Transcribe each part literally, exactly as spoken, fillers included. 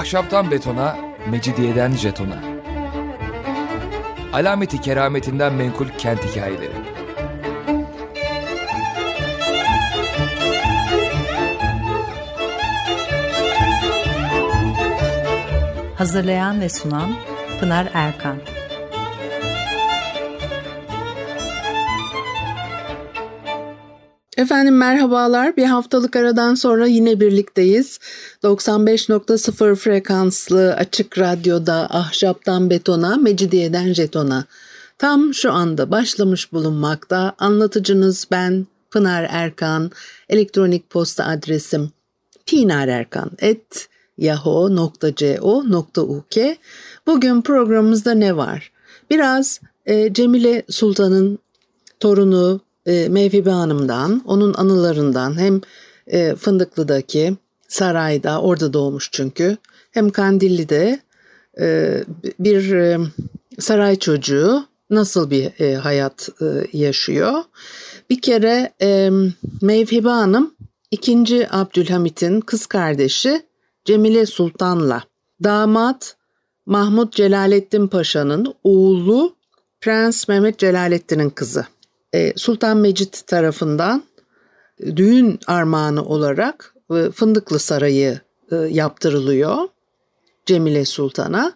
Ahşaptan betona, mecidiyeden jetona. Alameti kerametinden menkul kent hikayeleri. Hazırlayan ve sunan Pınar Erkan. Efendim merhabalar. Bir haftalık aradan sonra yine birlikteyiz. doksan beş nokta sıfır frekanslı açık radyoda ahşaptan betona, mecidiyeden jetona. Tam şu anda başlamış bulunmakta. Anlatıcınız ben Pınar Erkan. Elektronik posta adresim pinarerkan at yahoo nokta co nokta uk. Bugün programımızda ne var? Biraz e, Cemile Sultan'ın torunu e, Mevhibe Hanım'dan, onun anılarından, hem e, Fındıklı'daki sarayda, orada doğmuş çünkü, hem Kandilli'de e, bir e, saray çocuğu nasıl bir e, hayat e, yaşıyor. Bir kere e, Mevhibe Hanım ikinci Abdülhamit'in kız kardeşi Cemile Sultan'la damat Mahmut Celaleddin Paşa'nın oğlu Prens Mehmet Celaleddin'in kızı. E, Sultan Mecit tarafından düğün armağanı olarak e, Fındıklı Sarayı e, yaptırılıyor Cemile Sultan'a.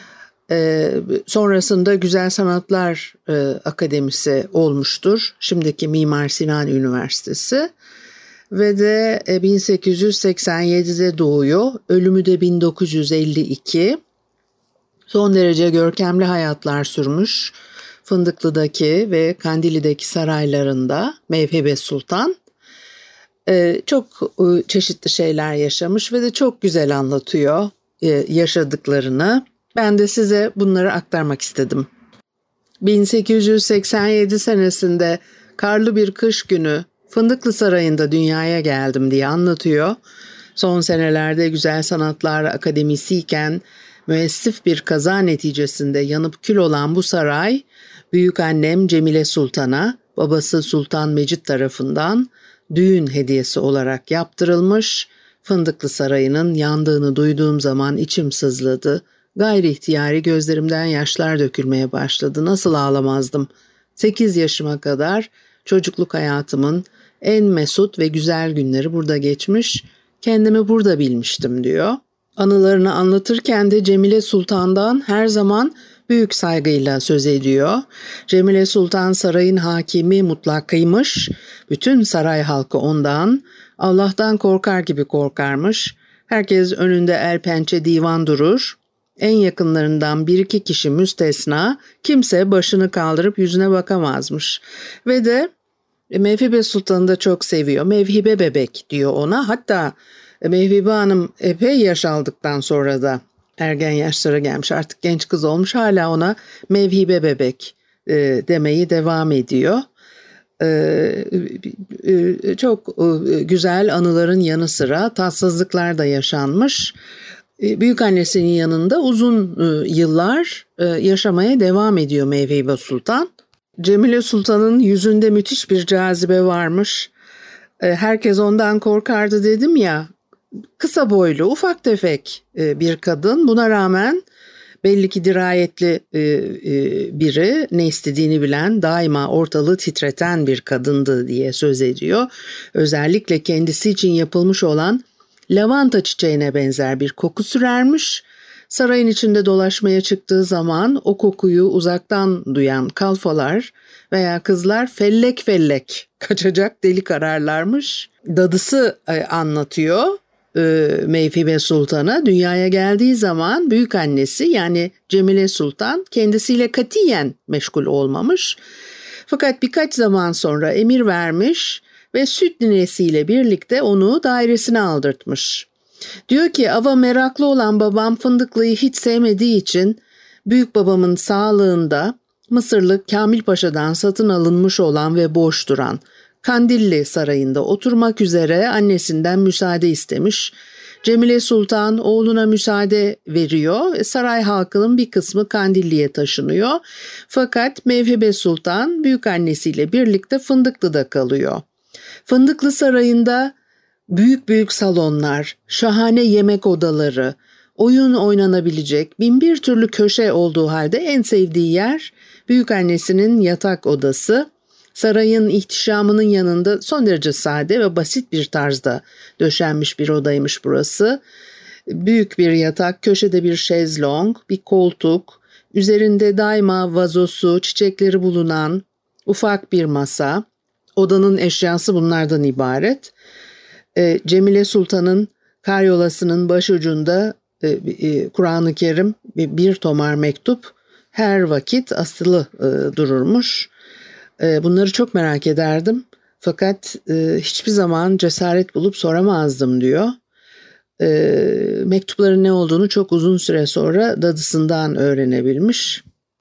E, sonrasında Güzel Sanatlar e, Akademisi olmuştur. Şimdiki Mimar Sinan Üniversitesi. Ve de bin sekiz yüz seksen yedide doğuyor. Ölümü de bin dokuz yüz elli iki. Son derece görkemli hayatlar sürmüş Fındıklı'daki ve Kandilli'deki saraylarında Mevhibe Sultan. Ee, çok e, çeşitli şeyler yaşamış ve de çok güzel anlatıyor e, yaşadıklarını. Ben de size bunları aktarmak istedim. bin sekiz yüz seksen yedi senesinde karlı bir kış günü Fındıklı Sarayı'nda dünyaya geldim diye anlatıyor. Son senelerde Güzel Sanatlar Akademisi iken müessif bir kaza neticesinde yanıp kül olan bu saray, büyükannem Cemile Sultan'a babası Sultan Mecit tarafından düğün hediyesi olarak yaptırılmış. Fındıklı Sarayı'nın yandığını duyduğum zaman içim sızladı. Gayri ihtiyari gözlerimden yaşlar dökülmeye başladı. Nasıl ağlamazdım? sekiz yaşıma kadar çocukluk hayatımın en mesut ve güzel günleri burada geçmiş, kendimi burada bilmiştim diyor. Anılarını anlatırken de Cemile Sultan'dan her zaman büyük saygıyla söz ediyor. Cemile Sultan sarayın hakimi mutlakıymış. Bütün saray halkı ondan, Allah'tan korkar gibi korkarmış. Herkes önünde el pençe divan durur. En yakınlarından bir iki kişi müstesna, kimse başını kaldırıp yüzüne bakamazmış. Ve de Mevhibe Sultan'ı da çok seviyor. Mevhibe bebek diyor ona. Hatta Mevhibe Hanım epey yaş aldıktan sonra da ergen yaşlara gelmiş. Artık genç kız olmuş. Hala ona Mevhibe bebek e, demeyi devam ediyor. E, e, çok e, güzel anıların yanı sıra tatsızlıklar da yaşanmış. E, büyükannesinin yanında uzun e, yıllar e, yaşamaya devam ediyor Mevhibe Sultan. Cemile Sultan'ın yüzünde müthiş bir cazibe varmış. Herkes ondan korkardı dedim ya. Kısa boylu, ufak tefek bir kadın. Buna rağmen belli ki dirayetli biri, ne istediğini bilen, daima ortalığı titreten bir kadındı diye söz ediyor. Özellikle kendisi için yapılmış olan lavanta çiçeğine benzer bir koku sürermiş. Sarayın içinde dolaşmaya çıktığı zaman o kokuyu uzaktan duyan kalfalar veya kızlar fellek fellek kaçacak delik ararlarmış. Dadısı anlatıyor e, Mevhibe Sultan'a, dünyaya geldiği zaman büyükannesi yani Cemile Sultan kendisiyle katiyen meşgul olmamış. Fakat birkaç zaman sonra emir vermiş ve süt ninesiyle birlikte onu dairesine aldırtmış. Diyor ki ava meraklı olan babam Fındıklı'yı hiç sevmediği için büyük babamın sağlığında Mısırlı Kamil Paşa'dan satın alınmış olan ve boş duran Kandilli Sarayı'nda oturmak üzere annesinden müsaade istemiş. Cemile Sultan oğluna müsaade veriyor. Saray halkının bir kısmı Kandilli'ye taşınıyor. Fakat Mevhibe Sultan büyükannesiyle birlikte Fındıklı'da kalıyor. Fındıklı Sarayı'nda büyük büyük salonlar, şahane yemek odaları, oyun oynanabilecek bin bir türlü köşe olduğu halde en sevdiği yer büyükannesinin yatak odası. Sarayın ihtişamının yanında son derece sade ve basit bir tarzda döşenmiş bir odaymış burası. Büyük bir yatak, köşede bir şezlong, bir koltuk, üzerinde daima vazosu, çiçekleri bulunan ufak bir masa. Odanın eşyası bunlardan ibaret. E, Cemile Sultan'ın karyolasının başucunda e, e, Kur'an-ı Kerim bir, bir tomar mektup her vakit asılı e, dururmuş. E, bunları çok merak ederdim. Fakat e, hiçbir zaman cesaret bulup soramazdım diyor. E, mektupların ne olduğunu çok uzun süre sonra dadısından öğrenebilmiş.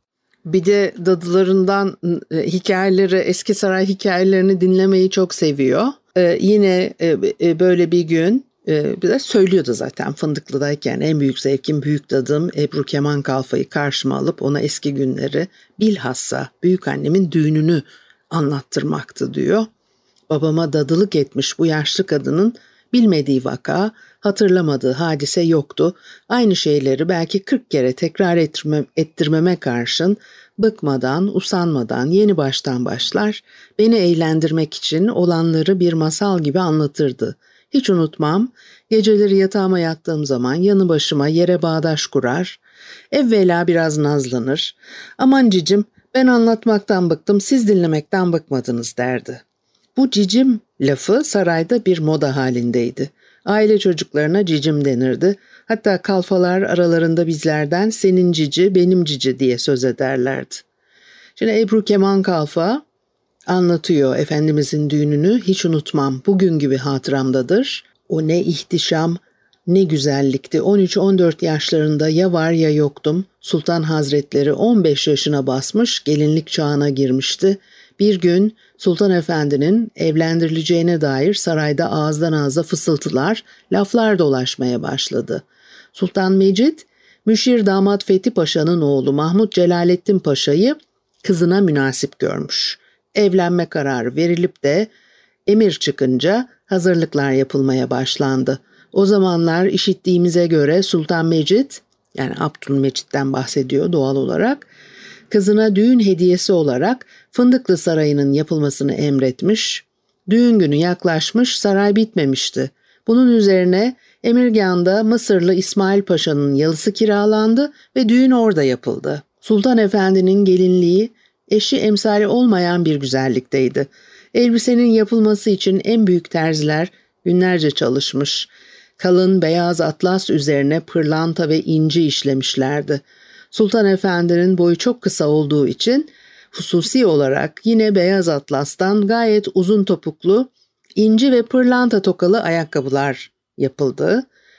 Bir de dadılarından e, hikayeleri, eski saray hikayelerini dinlemeyi çok seviyor. E, yine e, e, böyle bir gün e, bir de söylüyordu zaten Fındıklı'dayken en büyük zevkim büyük dadım Ebru Keman Kalfa'yı karşıma alıp ona eski günleri bilhassa büyükannemin düğününü anlattırmaktı diyor. Babama dadılık etmiş bu yaşlı kadının bilmediği vaka, hatırlamadığı hadise yoktu. Aynı şeyleri belki kırk kere tekrar ettirme, ettirmeme karşın bıkmadan, usanmadan yeni baştan başlar, beni eğlendirmek için olanları bir masal gibi anlatırdı. Hiç unutmam, geceleri yatağıma yattığım zaman yanı başıma yere bağdaş kurar, evvela biraz nazlanır, aman cicim ben anlatmaktan bıktım, siz dinlemekten bıkmadınız derdi. Bu cicim lafı sarayda bir moda halindeydi. Aile çocuklarına cicim denirdi. Hatta kalfalar aralarında bizlerden senin cici, benim cici diye söz ederlerdi. Şimdi Ebru Keman Kalfa anlatıyor Efendimizin düğününü. Hiç unutmam, bugün gibi hatıramdadır. O ne ihtişam, ne güzellikti. on üç on dört yaşlarında ya var ya yoktum. Sultan Hazretleri on beş yaşına basmış, gelinlik çağına girmişti. Bir gün Sultan Efendi'nin evlendirileceğine dair sarayda ağızdan ağza fısıltılar, laflar dolaşmaya başladı. Sultan Mecid, müşir damat Fethi Paşa'nın oğlu Mahmud Celalettin Paşa'yı kızına münasip görmüş. Evlenme kararı verilip de emir çıkınca hazırlıklar yapılmaya başlandı. O zamanlar işittiğimize göre Sultan Mecid, yani Abdülmecit'ten bahsediyor doğal olarak, kızına düğün hediyesi olarak Fındıklı Sarayı'nın yapılmasını emretmiş. Düğün günü yaklaşmış, saray bitmemişti. Bunun üzerine Emirgan'da Mısırlı İsmail Paşa'nın yalısı kiralandı ve düğün orada yapıldı. Sultan Efendi'nin gelinliği eşi emsali olmayan bir güzellikteydi. Elbisenin yapılması için en büyük terziler günlerce çalışmış. Kalın beyaz atlas üzerine pırlanta ve inci işlemişlerdi. Sultan Efendi'nin boyu çok kısa olduğu için hususi olarak yine beyaz atlastan gayet uzun topuklu, inci ve pırlanta tokalı ayakkabılar yapıldı.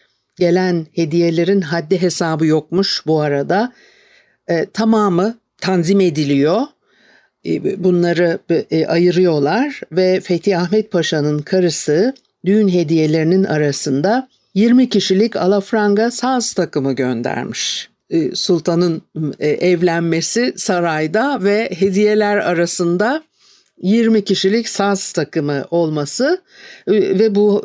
Gelen hediyelerin haddi hesabı yokmuş bu arada. E, tamamı tanzim ediliyor. E, bunları e, ayırıyorlar ve Fethi Ahmet Paşa'nın karısı düğün hediyelerinin arasında yirmi kişilik alafranga saz takımı göndermiş. Sultanın evlenmesi sarayda ve hediyeler arasında yirmi kişilik saz takımı olması ve bu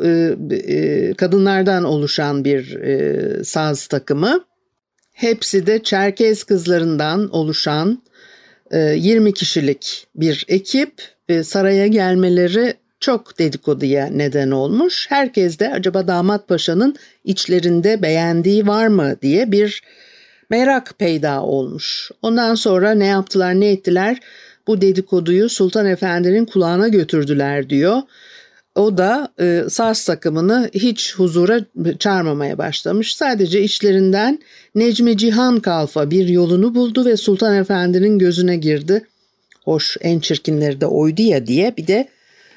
kadınlardan oluşan bir saz takımı. Hepsi de Çerkez kızlarından oluşan yirmi kişilik bir ekip. Saraya gelmeleri çok dedikoduya neden olmuş. Herkes de acaba damat paşanın içlerinde beğendiği var mı diye bir merak peyda olmuş. Ondan sonra ne yaptılar ne ettiler? Bu dedikoduyu Sultan Efendi'nin kulağına götürdüler diyor. O da e, saz takımını hiç huzura çağırmamaya başlamış. Sadece içlerinden Necmi Cihan Kalfa bir yolunu buldu ve Sultan Efendi'nin gözüne girdi. Hoş en çirkinleri de oydu ya diye bir de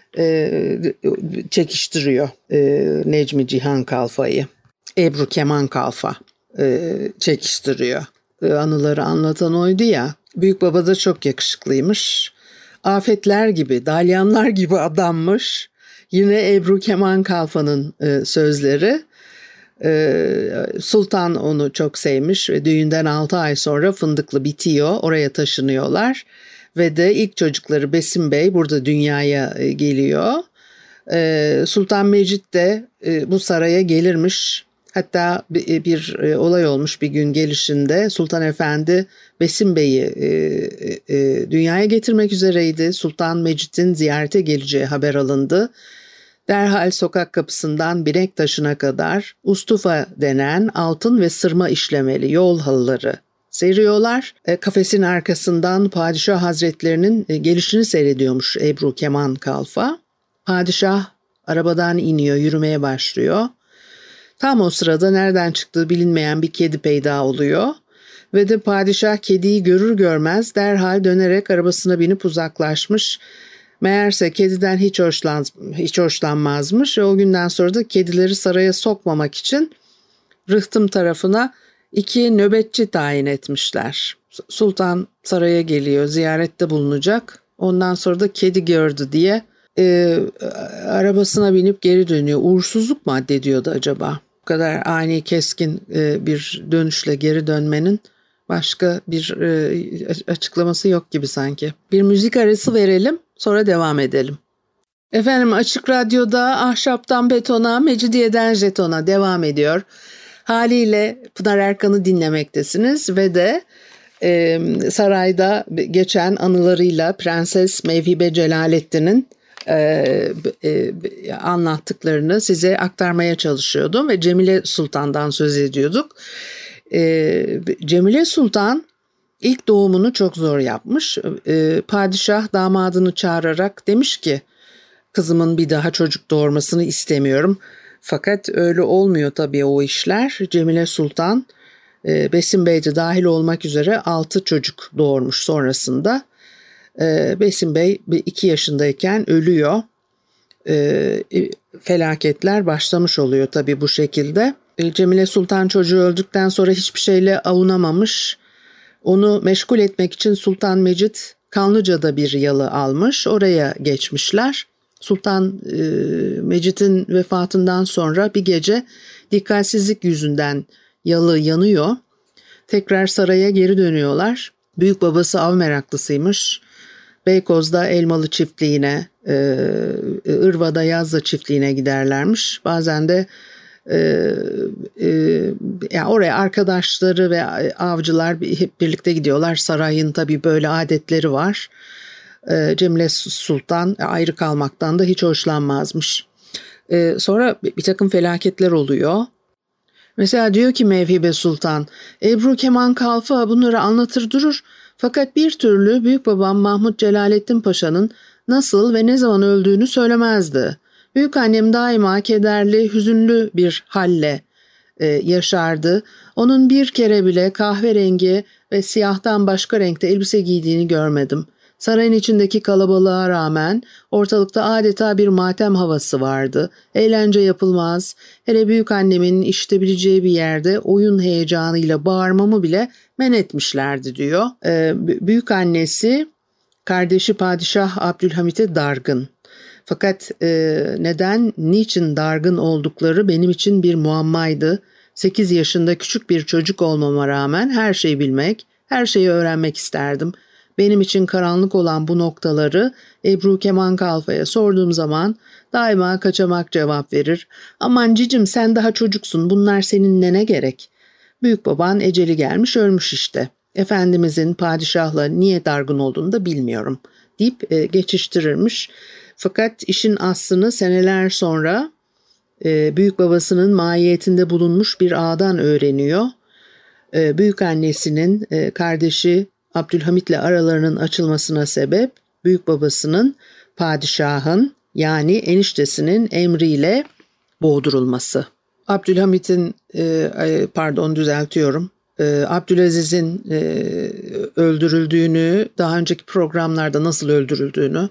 e, çekiştiriyor e, Necmi Cihan Kalfa'yı. Ebru Keman Kalfa e, çekiştiriyor. E, anıları anlatan oydu ya. Büyük baba da çok yakışıklıymış. Afetler gibi, dalyanlar gibi adammış. Yine Ebru Keman Kalfa'nın e, sözleri. E, Sultan onu çok sevmiş ve düğünden altı ay sonra Fındıklı bitiyor. Oraya taşınıyorlar. Ve de ilk çocukları Besim Bey burada dünyaya e, geliyor. E, Sultan Mecid de e, bu saraya gelirmiş. Hatta bir, bir e, olay olmuş bir gün gelişinde. Sultan Efendi Besim Bey'i e, e, dünyaya getirmek üzereydi. Sultan Mecit'in ziyarete geleceği haber alındı. Derhal sokak kapısından Binektaşı'na kadar ustufa denen altın ve sırma işlemeli yol halıları seriyorlar. E, kafesin arkasından Padişah Hazretlerinin e, gelişini seyrediyormuş Ebru Kemal Kalfa. Padişah arabadan iniyor, yürümeye başlıyor. Tam o sırada nereden çıktığı bilinmeyen bir kedi peyda oluyor. Ve de padişah kediyi görür görmez derhal dönerek arabasına binip uzaklaşmış. Meğerse kediden hiç, hoşlan, hiç hoşlanmazmış ve o günden sonra da kedileri saraya sokmamak için Rıhtım tarafına iki nöbetçi tayin etmişler. Sultan saraya geliyor, ziyarette bulunacak. Ondan sonra da kedi gördü diye e, arabasına binip geri dönüyor. Uğursuzluk mu addediyordu acaba? Bu kadar ani, keskin e, bir dönüşle geri dönmenin başka bir e, açıklaması yok gibi sanki. Bir müzik arası verelim, sonra devam edelim. Efendim, Açık Radyo'da Ahşaptan Betona, Mecidiyeden Jeton'a devam ediyor. Haliyle Pınar Erkan'ı dinlemektesiniz ve de e, sarayda geçen anılarıyla Prenses Mevhibe Celalettin'in e, e, anlattıklarını size aktarmaya çalışıyordum ve Cemile Sultan'dan söz ediyorduk. E, Cemile Sultan ilk doğumunu çok zor yapmış. E, padişah damadını çağırarak demiş ki, kızımın bir daha çocuk doğurmasını istemiyorum. Fakat öyle olmuyor tabii o işler. Cemile Sultan e, Besim Bey de dahil olmak üzere altı çocuk doğurmuş sonrasında. E, Besim Bey iki yaşındayken ölüyor. E, felaketler başlamış oluyor tabii bu şekilde. E, Cemile Sultan çocuğu öldükten sonra hiçbir şeyle avunamamış. Onu meşgul etmek için Sultan Mecit Kanlıca'da bir yalı almış. Oraya geçmişler. Sultan e, Mecit'in vefatından sonra bir gece dikkatsizlik yüzünden yalı yanıyor. Tekrar saraya geri dönüyorlar. Büyük babası av meraklısıymış. Beykoz'da Elmalı çiftliğine, e, Irva'da Yazda çiftliğine giderlermiş. Bazen de e, e, yani oraya arkadaşları ve avcılar hep birlikte gidiyorlar. Sarayın tabii böyle adetleri var. Cemile Sultan ayrı kalmaktan da hiç hoşlanmazmış. Sonra bir takım felaketler oluyor. Mesela diyor ki Mevhibe Sultan, Ebru Kemal Kalfa bunları anlatır durur. Fakat bir türlü büyükbabam Mahmut Celalettin Paşa'nın nasıl ve ne zaman öldüğünü söylemezdi. Büyükannem daima kederli, hüzünlü bir halle yaşardı. Onun bir kere bile kahverengi ve siyahtan başka renkte elbise giydiğini görmedim. Sarayın içindeki kalabalığa rağmen ortalıkta adeta bir matem havası vardı. Eğlence yapılmaz. Hele büyükannemin işitebileceği bir yerde oyun heyecanıyla bağırmamı bile men etmişlerdi diyor. Ee, büyükannesi kardeşi Padişah Abdülhamit'e dargın. Fakat e, neden, niçin dargın oldukları benim için bir muammaydı. sekiz yaşında küçük bir çocuk olmama rağmen her şeyi bilmek, her şeyi öğrenmek isterdim. Benim için karanlık olan bu noktaları Ebru Kemal Kalfa'ya sorduğum zaman daima kaçamak cevap verir. Aman cicim, sen daha çocuksun, bunlar seninle ne gerek? Büyük baban eceli gelmiş, ölmüş işte. Efendimizin padişahla niye dargın olduğunu da bilmiyorum deyip e, geçiştirirmiş. Fakat işin aslını seneler sonra e, büyük babasının mahiyetinde bulunmuş bir ağadan öğreniyor. E, büyük annesinin e, kardeşi Abdülhamit'le aralarının açılmasına sebep büyük babasının padişahın yani eniştesinin emriyle boğdurulması. Abdülhamit'in e, pardon düzeltiyorum. E, Abdülaziz'in e, öldürüldüğünü, daha önceki programlarda nasıl öldürüldüğünü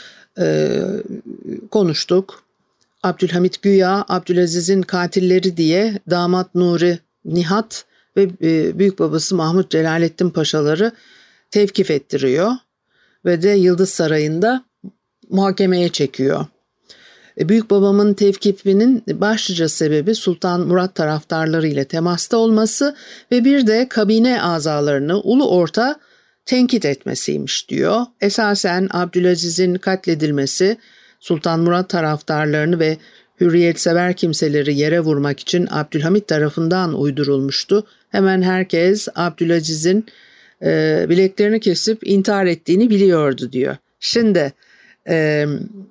e, konuştuk. Abdülhamit güya Abdülaziz'in katilleri diye damat Nuri Nihat ve büyük babası Mahmut Celalettin Paşaları tevkif ettiriyor ve de Yıldız Sarayı'nda muhakemeye çekiyor. Büyük babamın tevkifinin başlıca sebebi Sultan Murat taraftarları ile temasta olması ve bir de kabine azalarını ulu orta tenkit etmesiymiş diyor. Esasen Abdülaziz'in katledilmesi Sultan Murat taraftarlarını ve hürriyetsever kimseleri yere vurmak için Abdülhamit tarafından uydurulmuştu. Hemen herkes Abdülaziz'in e, bileklerini kesip intihar ettiğini biliyordu diyor. Şimdi e,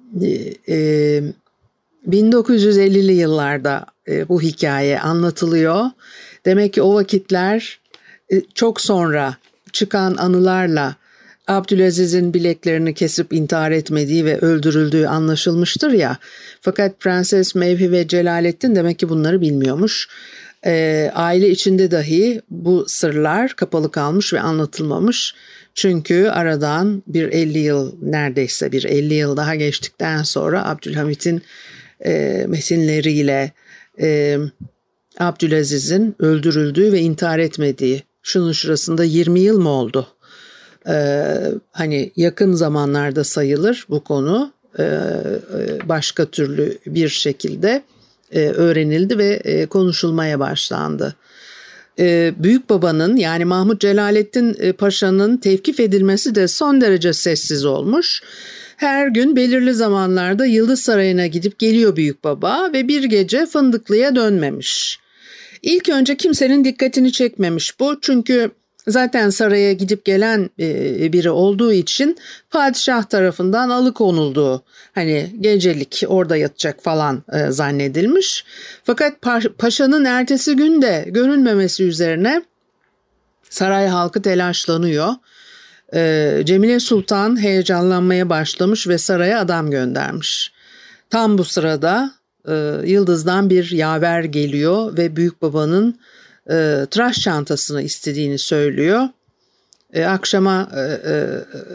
e, bin dokuz yüz ellili yıllarda e, bu hikaye anlatılıyor. Demek ki o vakitler e, çok sonra çıkan anılarla Abdülaziz'in bileklerini kesip intihar etmediği ve öldürüldüğü anlaşılmıştır ya. Fakat Prenses Mevhi ve Celalettin demek ki bunları bilmiyormuş. E, aile içinde dahi bu sırlar kapalı kalmış ve anlatılmamış. Çünkü aradan bir elli yıl, neredeyse bir elli yıl daha geçtikten sonra Abdülhamit'in e, metinleriyle e, Abdülaziz'in öldürüldüğü ve intihar etmediği, şunun şurasında yirmi yıl mı oldu? Ee, hani yakın zamanlarda sayılır bu konu. Ee, başka türlü bir şekilde e, öğrenildi ve e, konuşulmaya başlandı. Ee, Büyük babanın, yani Mahmut Celalettin Paşa'nın tevkif edilmesi de son derece sessiz olmuş. Her gün belirli zamanlarda Yıldız Sarayı'na gidip geliyor büyük baba ve bir gece Fındıklı'ya dönmemiş. İlk önce kimsenin dikkatini çekmemiş bu, çünkü zaten saraya gidip gelen biri olduğu için padişah tarafından alıkonulduğu, hani gecelik orada yatacak falan zannedilmiş. Fakat paşanın ertesi gün de görünmemesi üzerine saray halkı telaşlanıyor. Cemile Sultan heyecanlanmaya başlamış ve saraya adam göndermiş. Tam bu sırada Yıldız'dan bir yaver geliyor ve büyük babanın e, tıraş çantasını istediğini söylüyor. E, akşama e, e,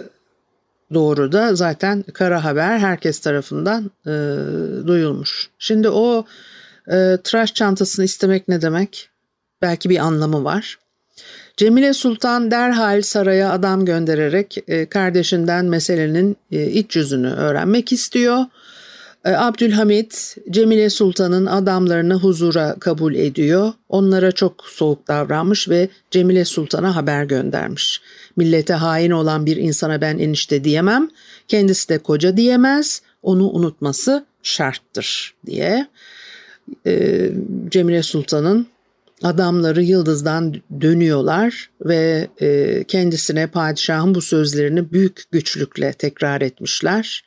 doğru da zaten kara haber herkes tarafından e, duyulmuş. Şimdi o e, tıraş çantasını istemek ne demek? Belki bir anlamı var. Cemile Sultan derhal saraya adam göndererek e, kardeşinden meselenin e, iç yüzünü öğrenmek istiyor. Abdülhamit, Cemile Sultan'ın adamlarını huzura kabul ediyor. Onlara çok soğuk davranmış ve Cemile Sultan'a haber göndermiş. Millete hain olan bir insana ben enişte diyemem, kendisi de koca diyemez, onu unutması şarttır diye. Ee, Cemile Sultan'ın adamları Yıldız'dan dönüyorlar ve e, kendisine padişahın bu sözlerini büyük güçlükle tekrar etmişler.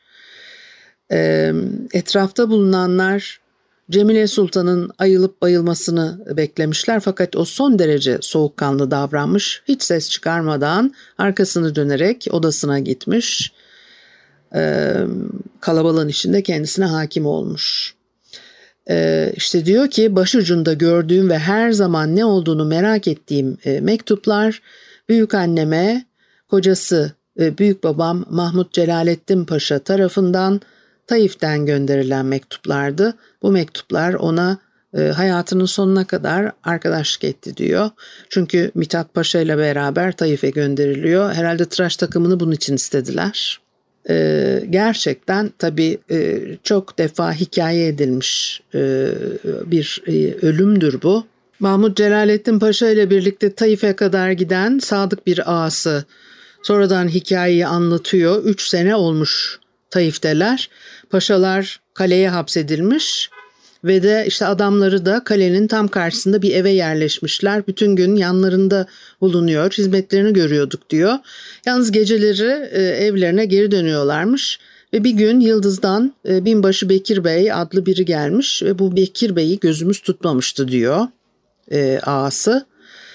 E, etrafta bulunanlar Cemile Sultan'ın ayılıp bayılmasını beklemişler, fakat o son derece soğukkanlı davranmış, hiç ses çıkarmadan arkasını dönerek odasına gitmiş, e, kalabalığın içinde kendisine hakim olmuş. E, işte diyor ki, başucunda gördüğüm ve her zaman ne olduğunu merak ettiğim e, mektuplar büyük anneme kocası e, büyük babam Mahmut Celalettin Paşa tarafından Taif'ten gönderilen mektuplardı. Bu mektuplar ona e, hayatının sonuna kadar arkadaşlık etti diyor. Çünkü Mithat Paşa ile beraber Taif'e gönderiliyor. Herhalde tıraş takımını bunun için istediler. E, gerçekten tabii e, çok defa hikaye edilmiş e, bir e, ölümdür bu. Mahmut Celalettin Paşa ile birlikte Taif'e kadar giden sadık bir ağası sonradan hikayeyi anlatıyor. Üç sene olmuş Taif'teler. Paşalar kaleye hapsedilmiş ve de işte adamları da kalenin tam karşısında bir eve yerleşmişler. Bütün gün yanlarında bulunuyor, hizmetlerini görüyorduk diyor. Yalnız geceleri e, evlerine geri dönüyorlarmış ve bir gün Yıldız'dan e, binbaşı Bekir Bey adlı biri gelmiş ve bu Bekir Bey'i gözümüz tutmamıştı diyor e, ağası.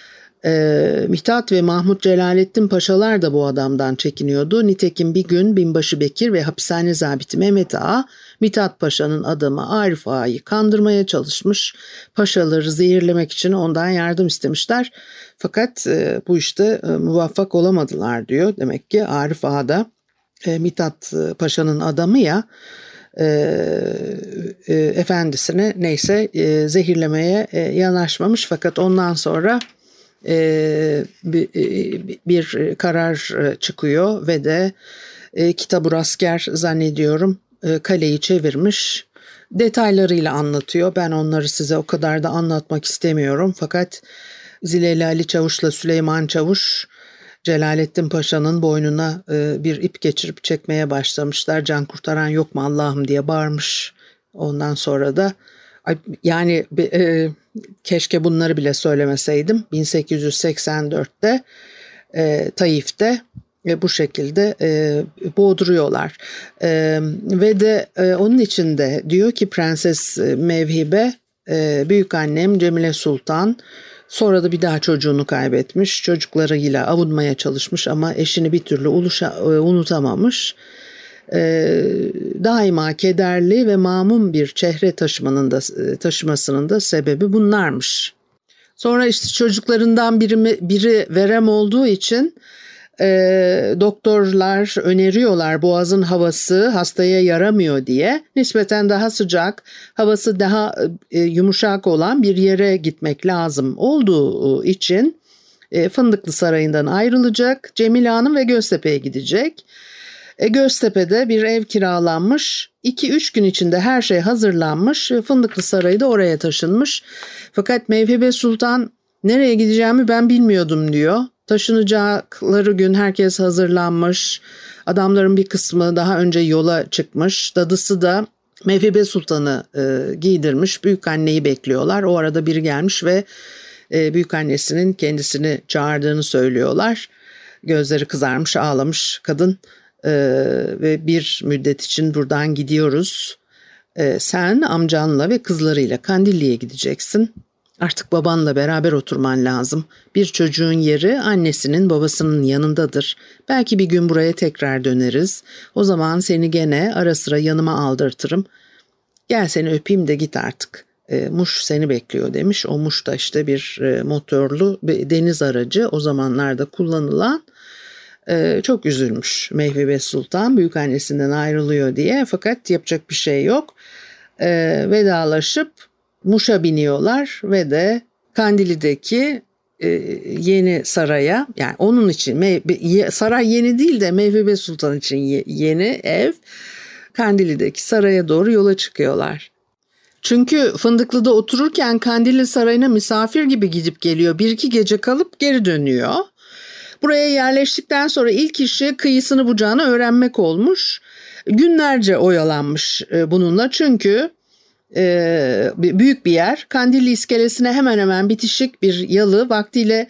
E, Mithat ve Mahmut Celalettin Paşalar da bu adamdan çekiniyordu. Nitekim bir gün binbaşı Bekir ve hapishane zabiti Mehmet Ağa Mithat Paşa'nın adamı Arif Ağa'yı kandırmaya çalışmış. Paşaları zehirlemek için ondan yardım istemişler. Fakat e, bu işte e, muvaffak olamadılar diyor. Demek ki Arif Ağa da e, Mithat Paşa'nın adamı ya, e, e, efendisini neyse e, zehirlemeye e, yanaşmamış. Fakat ondan sonra Ee, bir, bir karar çıkıyor ve de e, Kitabur Asker zannediyorum e, kaleyi çevirmiş. Detaylarıyla anlatıyor. Ben onları size o kadar da anlatmak istemiyorum. Fakat Zileli Ali Çavuş'la Süleyman Çavuş Celalettin Paşa'nın boynuna e, bir ip geçirip çekmeye başlamışlar. Can kurtaran yok mu Allah'ım diye bağırmış Ondan sonra da yani e, keşke bunları bile söylemeseydim. bin sekiz yüz seksen dörtte e, Taif'te e, bu şekilde e, boğduruyorlar. E, ve de e, onun içinde diyor ki Prenses Mevhibe, e, büyükannem Cemile Sultan sonra da bir daha çocuğunu kaybetmiş. Çocuklarıyla avunmaya çalışmış ama eşini bir türlü uluşa, e, unutamamış. Ee, daima kederli ve mamum bir çehre taşımanın da, taşımasının da sebebi bunlarmış. Sonra işte çocuklarından biri, biri verem olduğu için e, doktorlar öneriyorlar boğazın havası hastaya yaramıyor diye. Nispeten daha sıcak, havası daha e, yumuşak olan bir yere gitmek lazım olduğu için e, Fındıklı Sarayı'ndan ayrılacak. Cemile Hanım ve Göztepe'ye gidecek. E, Göztepe'de bir ev kiralanmış. iki üç gün içinde her şey hazırlanmış. Fındıklı Sarayı da oraya taşınmış. Fakat Mevhibe Sultan nereye gideceğimi ben bilmiyordum diyor. Taşınacakları gün herkes hazırlanmış. Adamların bir kısmı daha önce yola çıkmış. Dadısı da Mevhibe Sultan'ı e, giydirmiş. Büyükanneyi bekliyorlar. O arada biri gelmiş ve e, büyükannesinin kendisini çağırdığını söylüyorlar. Gözleri kızarmış, ağlamış kadın. Ee, ve bir müddet için buradan gidiyoruz. Ee, sen amcanla ve kızlarıyla Kandilli'ye gideceksin. Artık babanla beraber oturman lazım. Bir çocuğun yeri annesinin babasının yanındadır. Belki bir gün buraya tekrar döneriz. O zaman seni gene ara sıra yanıma aldırtırım. Gel seni öpeyim de git artık. E, Muş seni bekliyor demiş. O Muş da işte bir e, motorlu bir deniz aracı, o zamanlarda kullanılan. Ee, çok üzülmüş Mevhibe Sultan büyükannesinden ayrılıyor diye, fakat yapacak bir şey yok. Ee, vedalaşıp Muş'a biniyorlar ve de Kandili'deki e, yeni saraya, yani onun için Mev- saray yeni değil de Mevhibe Sultan için ye- yeni ev Kandili'deki saraya doğru yola çıkıyorlar. Çünkü Fındıklı'da otururken Kandilli Sarayı'na misafir gibi gidip geliyor, bir iki gece kalıp geri dönüyor. Buraya yerleştikten sonra ilk işi kıyısını bucağını öğrenmek olmuş. Günlerce oyalanmış bununla, çünkü e, büyük bir yer. Kandilli iskelesine hemen hemen bitişik bir yalı vaktiyle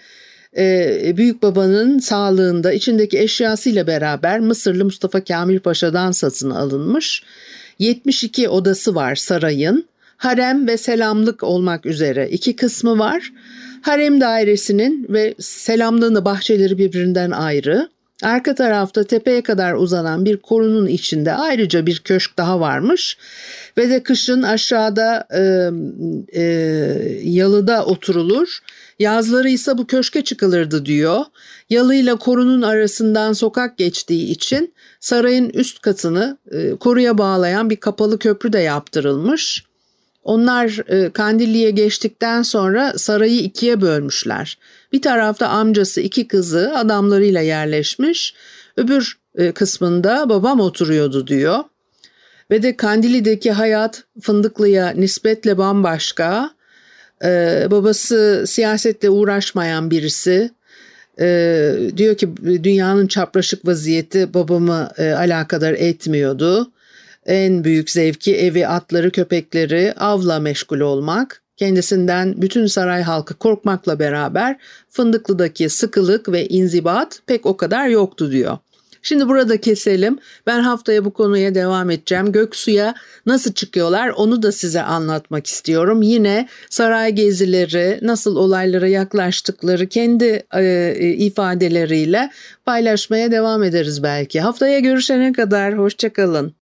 e, büyük babanın sağlığında içindeki eşyasıyla beraber Mısırlı Mustafa Kamil Paşa'dan satın alınmış. yetmiş iki odası var sarayın. Harem ve selamlık olmak üzere iki kısmı var. Harem dairesinin ve selamlığını bahçeleri birbirinden ayrı. Arka tarafta tepeye kadar uzanan bir korunun içinde ayrıca bir köşk daha varmış. Ve de kışın aşağıda e, e, yalıda oturulur. Yazları ise bu köşke çıkılırdı diyor. Yalıyla korunun arasından sokak geçtiği için sarayın üst katını e, koruya bağlayan bir kapalı köprü de yaptırılmış. Onlar e, Kandilli'ye geçtikten sonra sarayı ikiye bölmüşler. Bir tarafta amcası iki kızı adamlarıyla yerleşmiş. Öbür e, kısmında babam oturuyordu diyor. Ve de Kandilli'deki hayat Fındıklı'ya nispetle bambaşka. E, babası siyasetle uğraşmayan birisi. E, diyor ki dünyanın çapraşık vaziyeti babamı e, alakadar etmiyordu. En büyük zevki evi, atları, köpekleri, avla meşgul olmak. Kendisinden bütün saray halkı korkmakla beraber Fındıklı'daki sıkılık ve inzibat pek o kadar yoktu diyor. Şimdi burada keselim. Ben haftaya bu konuya devam edeceğim. Göksu'ya nasıl çıkıyorlar onu da size anlatmak istiyorum. Yine saray gezileri, nasıl olaylara yaklaştıkları kendi e, ifadeleriyle paylaşmaya devam ederiz belki. Haftaya görüşene kadar hoşça kalın.